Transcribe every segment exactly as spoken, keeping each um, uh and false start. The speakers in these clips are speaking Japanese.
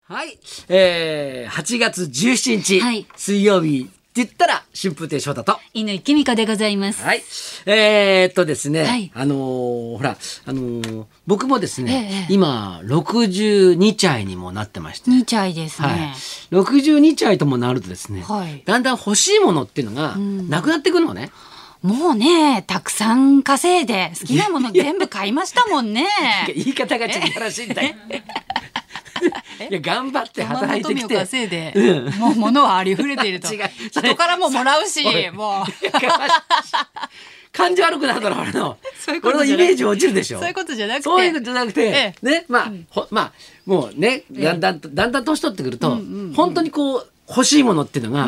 はい、えー、はちがつじゅうしちにち、 はい、 水曜日って言ったら春風亭昇太と乾きみかでございます。 はい、えー、っとですね、 はい、 あのー、ほら、あのー、僕もですね、 ええ、 今ろくじゅうにちゃいにもなってまして、 にちゃいですね、はい、 ろくじゅうにちゃいともなるとですね、 はい、 だんだん欲しいものっていうのがなくなってくるのね、 うん、もうねたくさん稼いで好きなもの全部買いましたもんね。 言い方がちょっといやらしいんだよ。いや頑張って働いてきて、 稼いで、うん、もう物はありふれていると。違う、人からももらうし、もう感じ悪くなるだろ俺の俺のイメージ落ちるでしょ。 そういうことじゃなくて、 そういうことじゃなくて、ええ、ね、まあ、うん、ほまあもうね、だんだん、ええ、だんだん年取ってくると、うんうんうん、本当にこう欲しいものっていうのが、うん、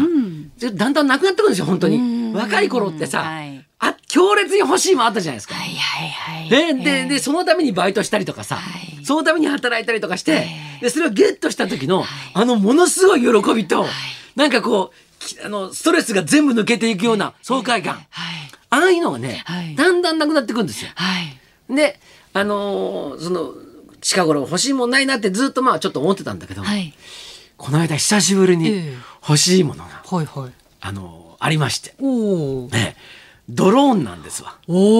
だんだんなくなってくるんですよ本当に。若い頃ってさ、はい、あ強烈に欲しいものあったじゃないですか。はいはいはい。で、で、でそのためにバイトしたりとかさ、はい、そのために働いたりとかして、はい、でそれをゲットした時の、はい、あのものすごい喜びと、はい、なんかこうあのストレスが全部抜けていくような爽快感、はい、ああいうのがね、はい、だんだんなくなってくるんですよ。はい、で、あのー、その近頃欲しいもんないなってずっとまあちょっと思ってたんだけど、はい、この間久しぶりに欲しいものが、はいはい、あのー、ありまして、おー、ね、ドローンなんですわ。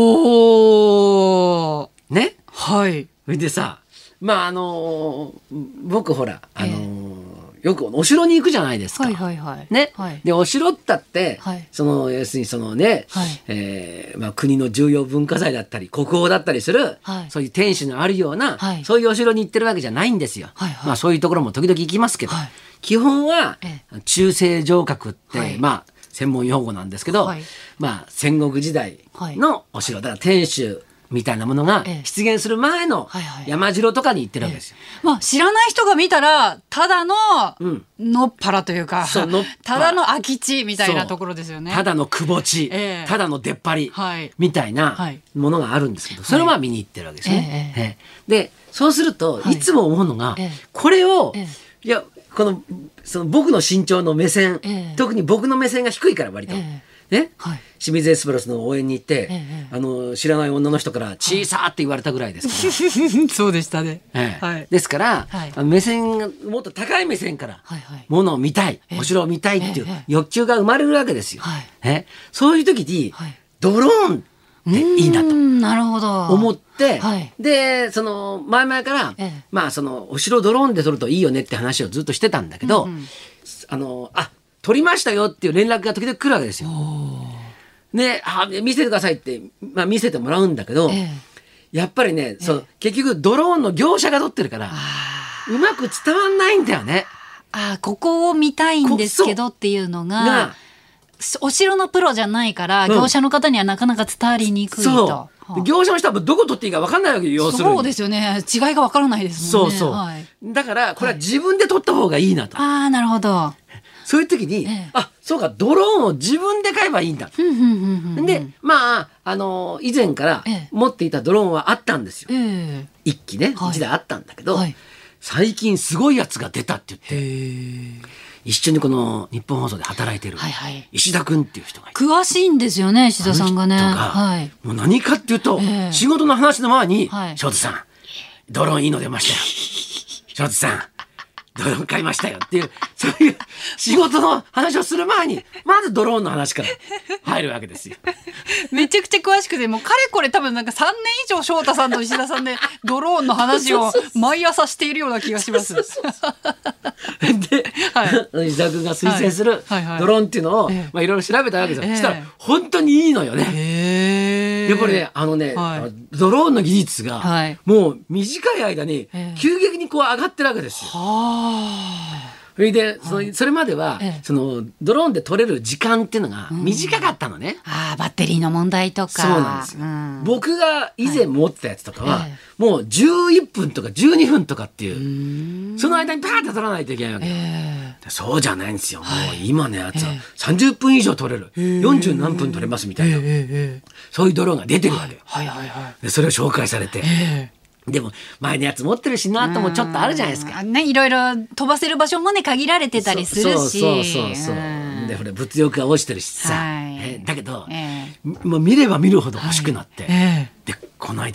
おーね、はい。でさ、まああのー、僕ほらあのーえー、よくお城に行くじゃないですか。はいはいはい。ね。はい、でお城ったって、はい、その要するにそのね、はい、えー、まあ国の重要文化財だったり国宝だったりする、はい、そういう天守のあるような、はい、そういうお城に行ってるわけじゃないんですよ。はいはい、まあそういうところも時々行きますけど、はい、基本は、えー、中世城郭って、はい、まあ専門用語なんですけど、はい、まあ戦国時代のお城だから天守みたいなものが出現する前の山城とかに行ってるわけですよ。 ええ、まあ、知らない人が見たらただののっぱらというか、うん、ただの空き地みたいなところですよね。 ただのくぼ地、ええ、ただの出っ張り、はい、みたいなものがあるんですけど、それは見に行ってるわけですね。はい、ええ、でそうするといつも思うのが、はい、これを、ええ、いやこのその僕の身長の目線、ええ、特に僕の目線が低いから割と。ええね、はい、清水エスパルスの応援に行って、ええ、あの知らない女の人から小さって言われたぐらいですから、 はい、そうでしたね、 ええ、はい、ですから、はい、目線がもっと高い目線からものを見たい、はいはい、お城を見たいっていう欲求が生まれるわけですよ、はい、えそういう時に、はい、ドローンっていいなと思って、はい、でその前々から、ええ、まあそのお城ドローンで撮るといいよねって話をずっとしてたんだけど、うんうん、あのあ撮りましたよっていう連絡が時々来るわけですよ。で、あ、見せてくださいって、まあ、見せてもらうんだけど、ええ、やっぱりね、ええ、そう結局ドローンの業者が撮ってるからうまく伝わんないんだよね。 あ、ここを見たいんですけどっていうのがお城のプロじゃないから、うん、業者の方にはなかなか伝わりにくいと。 そう、業者の人はどこ取っていいか分かんないわけよ。要するにそうですよね、違いが分からないですもんね。 そうそう、はい、だからこれは自分で撮った方がいいなと、 はい、あ、なるほど。 そういう時に、ええ、あ、そうか、ドローンを自分で買えばいいんだ。で、まあ、あの以前から持っていたドローンはあったんですよ。ええ、一機ね、一、はい、台あったんだけど、はい、最近すごいやつが出たって言って、一緒にこの日本放送で働いてる石田君っていう人がいて、 詳しいんですよね、石田さんがね。はい、 もう何かっていうと、ええ、仕事の話の前に、はい、翔太さん、ドローンいいの出ましたよ。翔太さん、ドローン買いましたよっていう、そういう仕事の話をする前にまずドローンの話から入るわけですよ。 めちゃくちゃ詳しくて、もうかれこれ多分なんかさんねん以上翔太さんと石田さんでドローンの話を毎朝しているような気がします。で、 はい、石田君が推薦するドローンっていうのを、はいはいはい、まあ、いろいろ調べたわけですよ。そしたら本当にいいのよね。へー、やっぱりね、あのね、はい、ドローンの技術が、はい、もう短い間に急激にこう上がってるわけですよ。それで、はい、それまでは、ええ、そのドローンで撮れる時間っていうのが短かったのね、 うん、あ、バッテリーの問題とか。 そうなんですよ、うん、僕が以前持ってたやつとかは、はい、もうじゅういっぷんとかじゅうにふんとかっていう、その間にパーッと撮らないといけないわけ、えー、そうじゃないんですよ、はい、もう今のやつはさんじゅっぷん以上撮れる、えー、よんじゅう何分撮れますみたいな、えーえー、そういうドローンが出てるわけよ、はいはいはいはい、でそれを紹介されて、えーでも前のやつ持ってるしなともちょっとあるじゃないですか、ね、 いろいろ飛ばせる場所もね限られてたりするし、 そうそうそうそう、でほら物欲が落ちてるしさ、はい、えだけど、えー、もう見れば見るほど欲しくなって、はい、えー、でこの間買った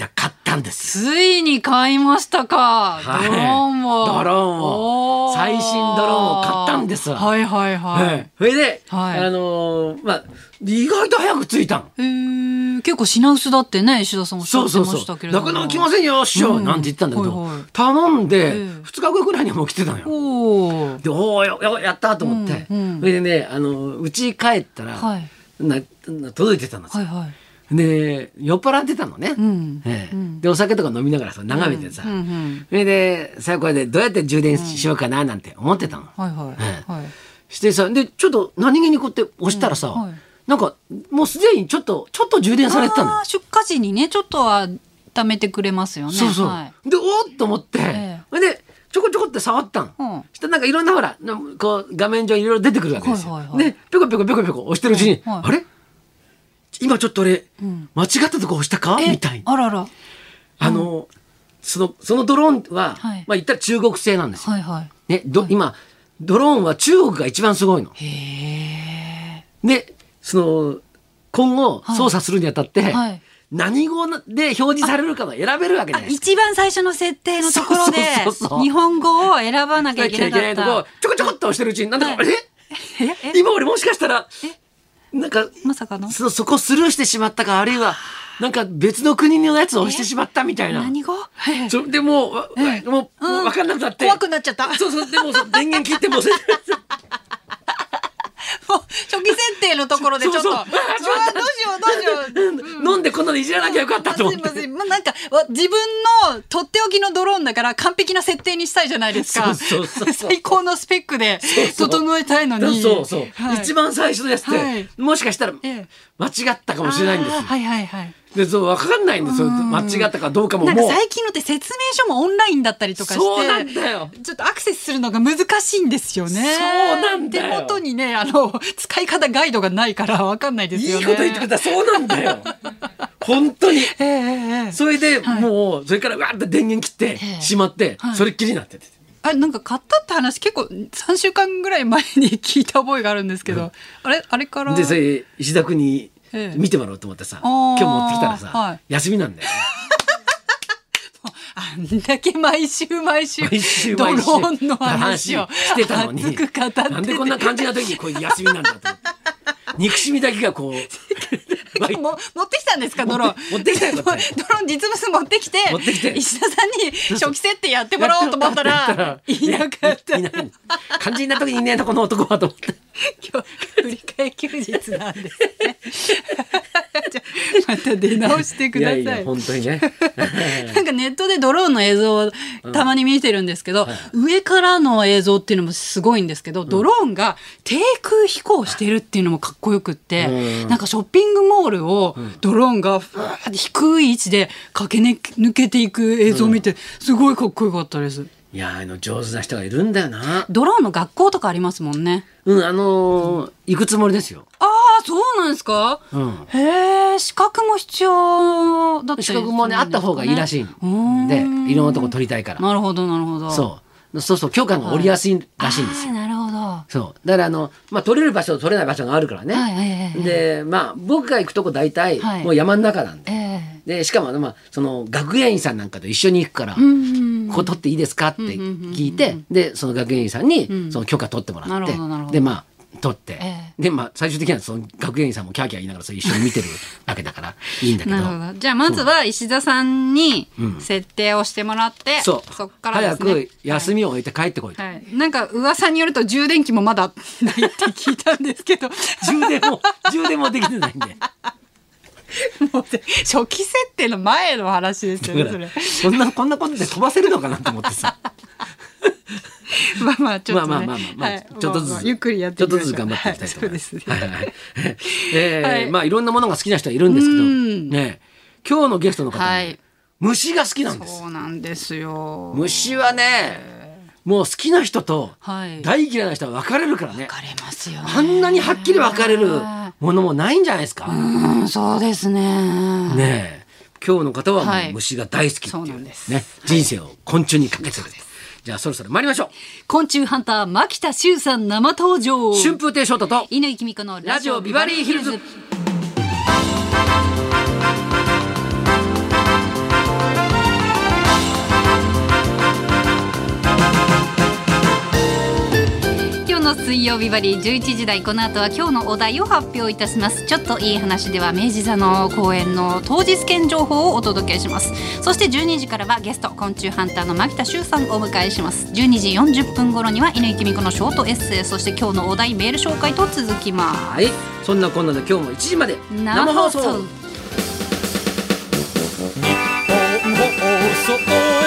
たんです。 ついに買いましたか、はい、ドローンをドローンを最新ドローンを買ったんです。 はいはいはい、はい、 それで、はい、あのー、まあ意外と早く着いたの。 へー、結構品薄だってね石田さんおっしゃってましたけれども、 なかなか来ませんよ師匠、うん、なんて言ってたんだけど、はいはい、頼んでふつかごぐらいにはもう来てたのよ。おでおー や, やったと思って、うんうん、それでねあのうち帰ったら、はい、な届いてたんですよ、はいはい、で酔っ払ってたのね、うんええうん、でお酒とか飲みながらさ眺めてさ、うんうんうん、それで最後これでどうやって充電しようかななんて思ってたの、うんはいはいええはい、してさでちょっと何気にこうやって押したらさ、うんはい、なんかもうすでにちょっとちょっと充電されてたの。 出荷時にねちょっとは貯めてくれますよね。 そうそう、はい、でおーっと思って、ええ、でちょこちょこって触ったの、うん、したらなんかいろんなほらこう画面上いろいろ出てくるわけですよ、はいはいはい、でピョコピョコピョコピョコ押してるうちに、はい、あれ今ちょっと俺、うん、間違ったとこ押したかみたいな。 あらら、 あの、うん、そのそのドローンは、はい、まあ言ったら中国製なんですよ、はいはいねどはい、今ドローンは中国が一番すごいの。へー。でその今後操作するにあたって、はいはい、何語で表示されるかが選べるわけじゃないですか。 一番最初の設定のところで日本語を選ばなきゃいけなかったとこちょこちょこっと押してるうちになんだか、はい、え今俺もしかしたらなんかまさかのそ, そこスルーしてしまったかあるいはなんか別の国のやつを押してしまったみたいな。 何語そでもうもう分かんなくなって怖くなっちゃった。 そうそうでも電源切ってもうもう初期設定のところでちょっとそうそうどうしようどうしよう、 うん、飲んでこんなのいじらなきゃよかったと思って、 まずいまずい、まあ、なんか自分のとっておきのドローンだから完璧な設定にしたいじゃないですか。そうそうそうそう最高のスペックで整えたいのにそうそう、はい、一番最初のやつって、はい、もしかしたら間違ったかもしれないんですよ。 はいはいはい。 でそう分かんないんですよ間違ったかどうかも。もうなんか最近のって説明書もオンラインだったりとかしてそうなんだよちょっとアクセスするのが難しいんですよね。 そうなんだよ手元にねあの使い方ガイドがないから分かんないですよね。 いいこと言ってくれた。そうなんだよ本当に、えー、それで、はい、もうそれからわーって電源切ってしまって、はい、それっきりになっててあなんか買ったって話結構さんしゅうかんぐらい前に聞いた覚えがあるんですけど、うん、あれあれからでそれ石田君に見てもらおうと思ってさ、ええ、今日持ってきたらさ、はい、休みなんだよねあんだけ毎週毎週毎週ドローンの話をしてたのになんでこんな感じな時にこう休みなんだと憎しみだけがこうも持ってきたんですかドローン持ってきたよドローン実物持ってきて石田さんに初期設定やってもらおうと思ったらいなかった肝心な時にいねえなこの男はと思って今日振り替え休日なんですねじゃまた出直してください。いやいや本当にねなんかネットでドローンの映像をたまに見てるんですけど、うんはい、上からの映像っていうのもすごいんですけど、うん、ドローンが低空飛行してるっていうのもかっこよくって、うん、なんかショッピングモールをドローンがふわーって低い位置で駆け抜けていく映像を見てすごいかっこよかったです。 いやあの上手な人がいるんだよな。 ドローンの学校とかありますもんね。 うんあのー、行くつもりですよ。 ああそうなんですか、うん、へえ資格も必要だったりするんですかね。資格もねあった方がいいらしいんでいろんなとこ取りたいから。なるほどなるほど。そうそうそう許可が下りやすいらしいんですよ。 なるほど。 そうだからあの、まあ、取れる場所と取れない場所があるからね、はいはいはいはい、でまあ僕が行くとこ大体もう山の中なんで、はいえー、でしかも、まあ、その学芸員さんなんかと一緒に行くから、うんうんうん、ここ取っていいですかって聞いて、うんうんうんうん、でその学芸員さんにその許可取ってもらって、うん、でまあ取って、えー、でまあ最終的にはその学芸員さんもキャーキャー言いながらそれ一緒に見てるわけだからいいんだけど。なるほど。 じゃあまずは石田さんに設定をしてもらって、うん、 そそっからですね、 早く休みを終えて帰ってこいと、 はいはい、なんか噂によると充電器もまだないって聞いたんですけど充電も充電もできてないんでもう初期設定の前の話ですよねそれ。 こんなこんなことで飛ばせるのかなと思ってさまあまあちょっとね、 まあまあまあまあ、はい、ちょっとずつ、まあまあ、 ゆっくりやっていきましょう。 ちょっとずつ頑張っていきたいと思います。 はい、そうですね。 えーはい、まあいろんなものが好きな人はいるんですけど、ね、今日のゲストの方、ねはい、虫が好きなんです。 そうなんですよ。 虫はね。もう好きな人と大嫌いな人は分かれるからね。 分かれますよね。 あんなにはっきり分かれるものもないんじゃないですか。 うん、そうですね。 ねえ、今日の方はもう虫が大好きっていう、はい、ね、人生を昆虫にかけてる。はい、じゃあそろそろ参りましょう。 昆虫ハンター牧田修さん生登場。 春風亭昇太と乾きみ子のラジオビバリーヒルズ。 の水曜日バリじゅういちじ台、この後は今日のお題を発表いたします。ちょっといい話では明治座の公演の当日券情報をお届けします。そしてじゅうにじからはゲスト昆虫ハンターの牧田修さんをお迎えします。じゅうにじよんじゅっぷん頃には犬井貴美子のショートエッセイ、そして今日のお題メール紹介と続きます。 はい、そんなこんなで今日もいちじまで生放送。 日本放送